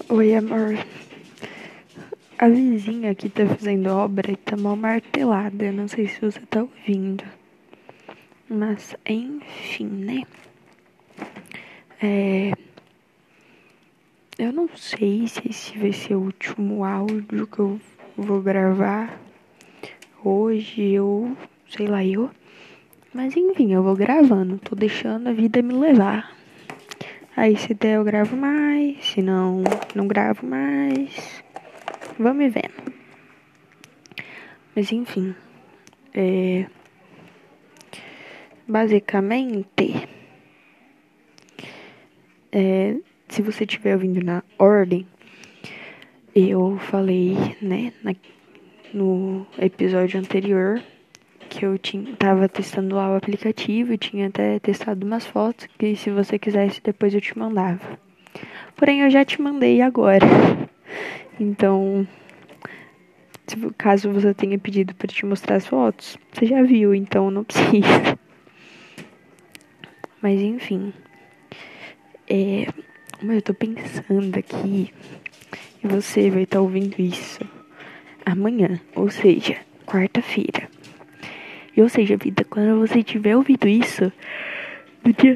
Oi, amor. A vizinha aqui tá fazendo obra e tá mal martelada. Eu não sei se você tá ouvindo. Mas, enfim, né? Eu não sei se esse vai ser o último áudio que eu vou gravar hoje ou sei lá eu. Mas enfim, eu vou gravando. Tô deixando a vida me levar. Aí se der eu gravo mais, se não, não gravo mais. Vamos vendo. Mas enfim, basicamente, se você estiver ouvindo na ordem, eu falei, né, no episódio anterior que eu tava testando lá o aplicativo e tinha até testado umas fotos que se você quisesse depois eu te mandava. Porém, eu já te mandei agora. Então, caso você tenha pedido para te mostrar as fotos, você já viu, então não precisa. Mas enfim, eu tô pensando aqui e você vai estar ouvindo isso amanhã, ou seja, quarta-feira. E ou seja, vida, quando você tiver ouvido isso, no dia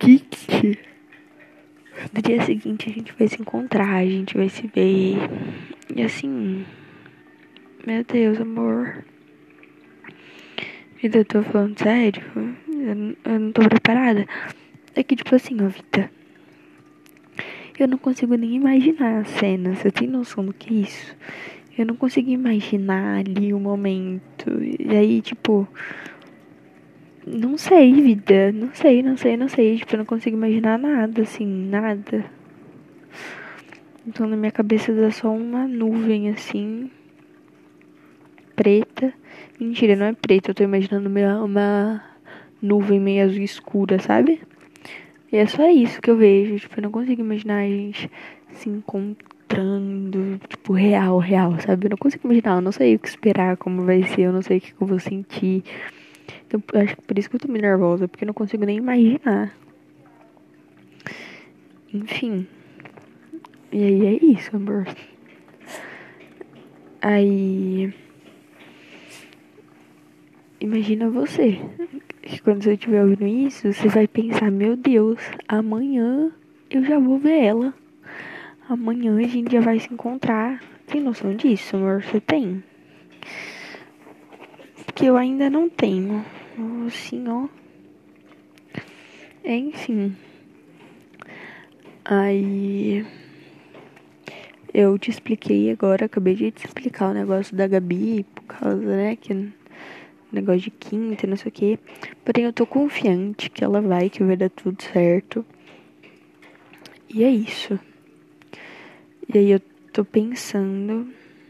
seguinte a gente vai se encontrar, a gente vai se ver. E assim, meu Deus, amor. Vida, eu tô falando sério, eu não tô preparada. É que tipo assim, ó, vida, eu não consigo nem imaginar a cena. Você tem noção do que é isso? Eu não consigo imaginar ali o momento. E aí, tipo, não sei, vida. Não sei. Tipo, eu não consigo imaginar nada, assim, nada. Então, na minha cabeça dá só uma nuvem, assim, preta. Mentira, não é preta. Eu tô imaginando uma nuvem meio azul escura, sabe? E é só isso que eu vejo. Tipo, eu não consigo imaginar a gente se encontrando, tipo, real, sabe? Eu não consigo imaginar, eu não sei o que esperar, como vai ser, eu não sei o que eu vou sentir. Então, eu acho que por isso que eu tô meio nervosa, porque eu não consigo nem imaginar. Enfim. E aí é isso, amor. Aí... Imagina você, que quando você estiver ouvindo isso, você vai pensar, meu Deus, amanhã eu já vou ver ela. Amanhã a gente já vai se encontrar. Tem noção disso, amor? Você tem? Porque eu ainda não tenho. Assim, ó. Enfim. Aí... Eu te expliquei agora, acabei de te explicar o negócio da Gabi, por causa, né, que negócio de quinta, não sei o quê. Porém, eu tô confiante que ela vai, que vai dar tudo certo. E é isso. E aí eu tô pensando...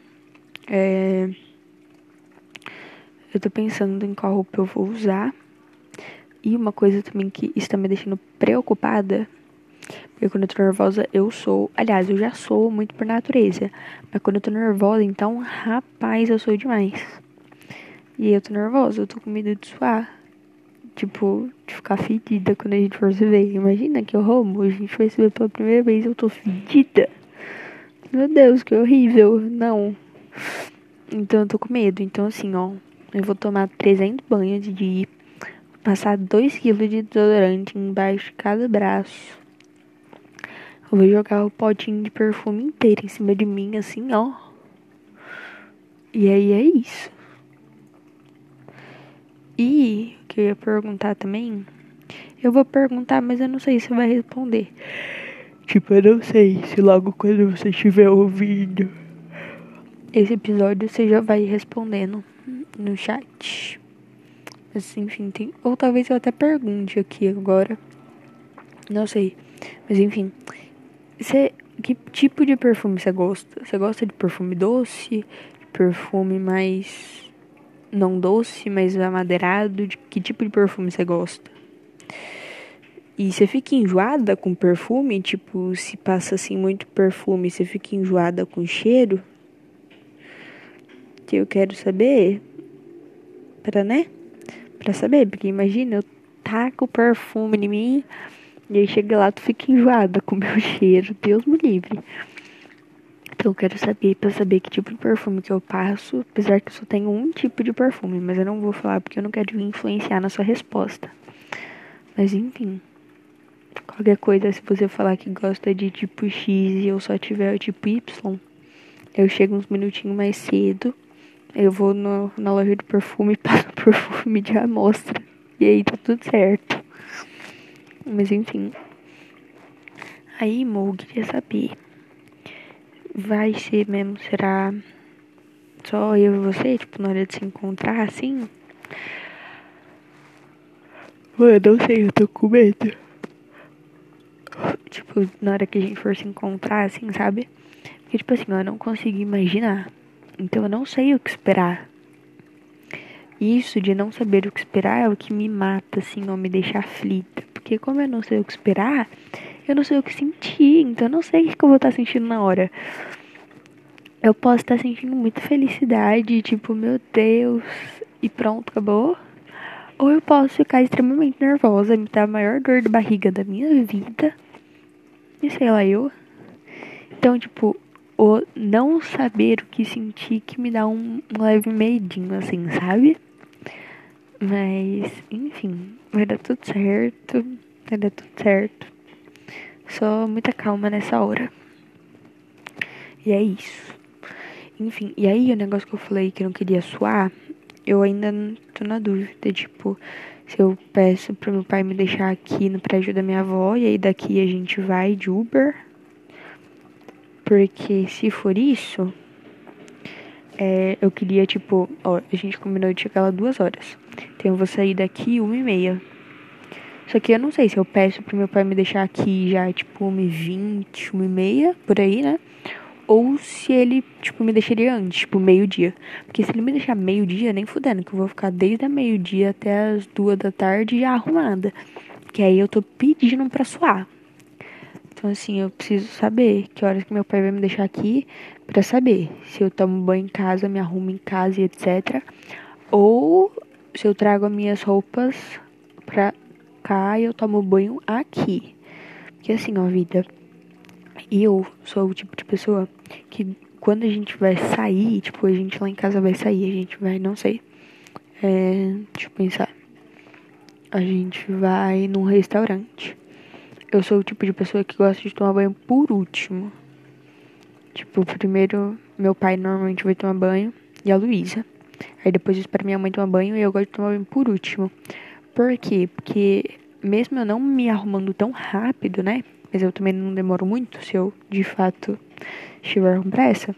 Eu tô pensando em qual roupa eu vou usar. E uma coisa também que está me deixando preocupada... Porque quando eu tô nervosa, eu sou... Aliás, eu já sou muito por natureza. Mas quando eu tô nervosa, então, rapaz, eu sou demais. E eu tô nervosa, eu tô com medo de suar. Tipo, de ficar fedida quando a gente for se ver. Imagina que roubo, a gente vai se ver pela primeira vez e eu tô fedida. Meu Deus, que horrível. Não. Então eu tô com medo. Então assim, ó, eu vou tomar 300 banhos de ir. Passar 2 quilos de desodorante embaixo de cada braço. Eu vou jogar o potinho de perfume inteiro em cima de mim, assim, ó. E aí é isso. E o que eu ia perguntar também... Eu vou perguntar, mas eu não sei se vai responder. Tipo, eu não sei se logo quando você estiver ouvindo esse episódio você já vai respondendo no chat. Mas enfim, tem... Ou talvez eu até pergunte aqui agora. Não sei. Mas enfim. Que tipo de perfume você gosta? Você gosta de perfume doce? De perfume mais... Não doce, mas amadeirado? De que tipo de perfume você gosta? E você fica enjoada com perfume? Tipo, se passa assim muito perfume, você fica enjoada com cheiro? Que eu quero saber. Né? Pra saber, porque imagina, eu taco perfume em mim e aí chega lá, tu fica enjoada com o meu cheiro. Deus me livre. Então eu quero saber, pra saber que tipo de perfume que eu passo, apesar que eu só tenho um tipo de perfume, mas eu não vou falar porque eu não quero influenciar na sua resposta. Mas enfim, qualquer coisa, se você falar que gosta de tipo X e eu só tiver o tipo Y, eu chego uns minutinhos mais cedo, eu vou na loja de perfume e passo perfume de amostra. E aí tá tudo certo. Mas enfim. Aí, Mo, eu queria saber. Vai ser mesmo, será só eu e você, tipo, na hora de se encontrar, assim? Mano, não sei, eu tô com medo. Tipo, na hora que a gente for se encontrar, assim, sabe? Porque, tipo assim, eu não consigo imaginar. Então eu não sei o que esperar. Isso de não saber o que esperar é o que me mata, assim, ou me deixa aflita. Porque como eu não sei o que esperar, eu não sei o que sentir. Então eu não sei o que eu vou estar sentindo na hora. Eu posso estar sentindo muita felicidade, tipo, meu Deus, e pronto, acabou. Ou eu posso ficar extremamente nervosa, me dar a maior dor de barriga da minha vida. E sei lá, eu. Então, tipo, o não saber o que sentir que me dá um leve medinho, assim, sabe? Mas, enfim, vai dar tudo certo. Vai dar tudo certo. Só muita calma nessa hora. E é isso. Enfim, e aí o negócio que eu falei que eu não queria suar, eu ainda não tô na dúvida, tipo, se eu peço pro meu pai me deixar aqui no prédio da minha avó, e aí daqui a gente vai de Uber. Porque se for isso, eu queria, tipo, ó, a gente combinou de chegar lá 2 horas. Então eu vou sair daqui 1h30. Só que eu não sei se eu peço pro meu pai me deixar aqui já, tipo, 1h20, 1h30, por aí, né? Ou se ele, tipo, me deixaria antes, tipo, meio-dia. Porque se ele me deixar meio-dia, nem fudendo, que eu vou ficar desde a meio-dia até as 2 da tarde já arrumada. Que aí eu tô pedindo pra suar. Então, assim, eu preciso saber que horas que meu pai vai me deixar aqui pra saber se eu tomo banho em casa, me arrumo em casa e etc. Ou se eu trago as minhas roupas pra cá e eu tomo banho aqui. Porque assim, ó, vida, eu sou o tipo de pessoa que quando a gente vai sair, tipo, a gente lá em casa vai sair, a gente vai, não sei, deixa eu pensar, a gente vai num restaurante. Eu sou o tipo de pessoa que gosta de tomar banho por último. Tipo, primeiro meu pai normalmente vai tomar banho e a Luísa. Aí depois eu espero minha mãe tomar banho e eu gosto de tomar banho por último. Por quê? Porque mesmo eu não me arrumando tão rápido, né? Mas eu também não demoro muito se eu de fato estiver com pressa.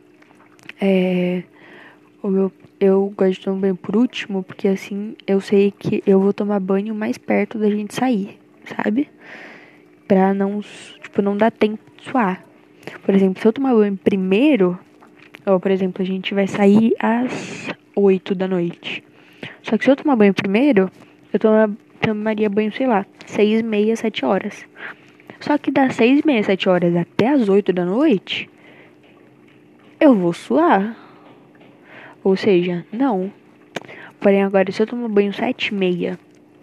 O meu, eu gosto de tomar banho por último, porque assim eu sei que eu vou tomar banho mais perto da gente sair, sabe? Pra não, tipo, não dar tempo de suar. Por exemplo, se eu tomar banho primeiro, ou por exemplo, a gente vai sair às 8 da noite. Só que se eu tomar banho primeiro, eu tomaria banho, sei lá, 6h30, 7 horas. Só que das 6h30, 7 horas até as 8 da noite, eu vou suar. Ou seja, não. Porém, agora, se eu tomar banho 7h30,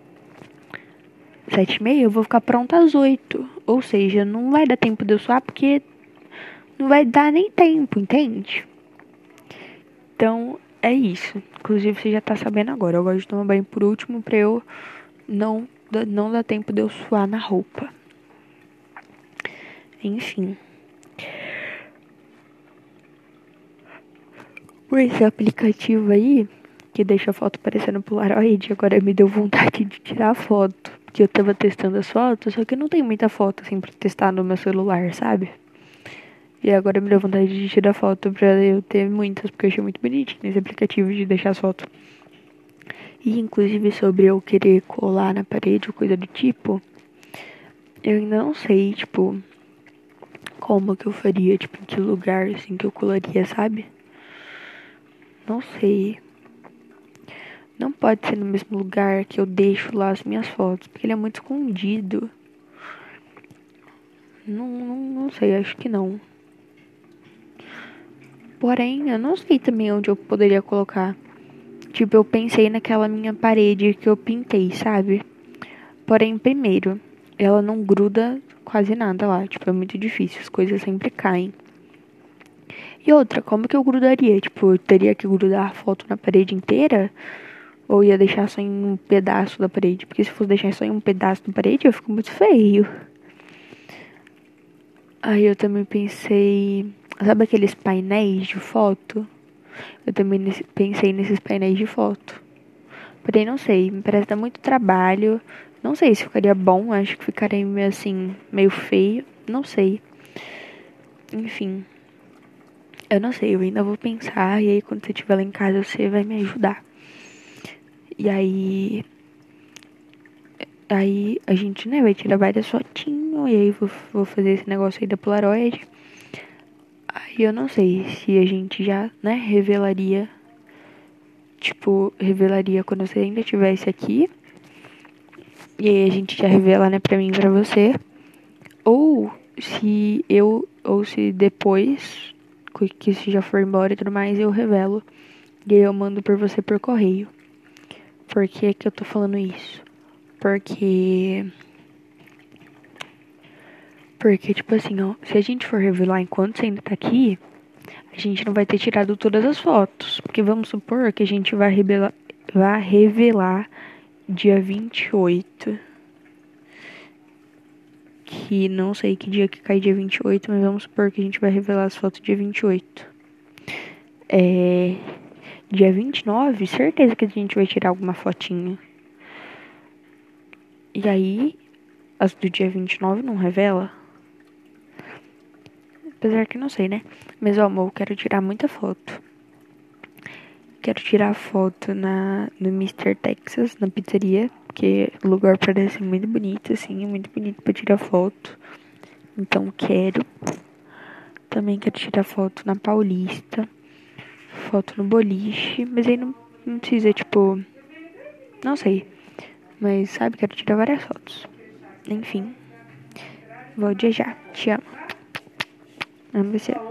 7h30, eu vou ficar pronta às 8. Ou seja, não vai dar tempo de eu suar porque não vai dar nem tempo, entende? Então, é isso. Inclusive, você já tá sabendo agora. Eu gosto de tomar banho por último pra eu não dar tempo de eu suar na roupa. Enfim. Esse aplicativo aí, que deixa a foto parecendo Polaroid, agora me deu vontade de tirar a foto. Porque eu tava testando as fotos, só que não tem muita foto assim pra testar no meu celular, sabe? E agora me deu vontade de tirar foto pra eu ter muitas, porque eu achei muito bonitinho esse aplicativo de deixar as fotos. E inclusive sobre eu querer colar na parede ou coisa do tipo, eu ainda não sei, tipo, como que eu faria, tipo, em que lugar assim que eu colaria, sabe? Não sei. Não pode ser no mesmo lugar que eu deixo lá as minhas fotos, porque ele é muito escondido. Não sei, acho que não. Porém, eu não sei também onde eu poderia colocar. Tipo, eu pensei naquela minha parede que eu pintei, sabe? Porém, primeiro, ela não gruda quase nada lá. Tipo, é muito difícil, as coisas sempre caem. E outra, como que eu grudaria? Tipo, eu teria que grudar a foto na parede inteira? Ou ia deixar só em um pedaço da parede? Porque se fosse deixar só em um pedaço da parede, ia ficar muito feio. Aí eu também pensei... Sabe aqueles painéis de foto? Eu também pensei nesses painéis de foto. Porém, não sei, me parece dar muito trabalho. Não sei se ficaria bom, acho que ficaria meio assim, meio feio. Não sei. Enfim, eu não sei, eu ainda vou pensar. E aí, quando você estiver lá em casa, você vai me ajudar. E aí a gente, né, vai tirar várias fotinhos. E aí vou fazer esse negócio aí da Polaroid. Aí eu não sei se a gente já, né, revelaria. Tipo, revelaria quando você ainda estivesse aqui. E aí a gente já revela, né, pra mim e pra você. Ou se depois, que se já for embora e tudo mais, eu revelo. E aí eu mando por você por correio. Por que que eu tô falando isso? Porque, tipo assim, ó, se a gente for revelar enquanto você ainda tá aqui, a gente não vai ter tirado todas as fotos. Porque vamos supor que a gente vai revelar dia 28. Que não sei que dia que cai dia 28, mas vamos supor que a gente vai revelar as fotos dia 28. Dia 29, certeza que a gente vai tirar alguma fotinha. E aí, as do dia 29 não revela? Apesar que não sei, né? Mas, ó, amor, eu quero tirar muita foto. Quero tirar foto no Mr. Texas, na pizzaria. Porque o lugar parece muito bonito, assim. É muito bonito pra tirar foto. Então, quero. Também quero tirar foto na Paulista. Foto no boliche. Mas aí não precisa, tipo... Não sei. Mas, sabe, quero tirar várias fotos. Enfim. Vou já. Te amo. Amo você.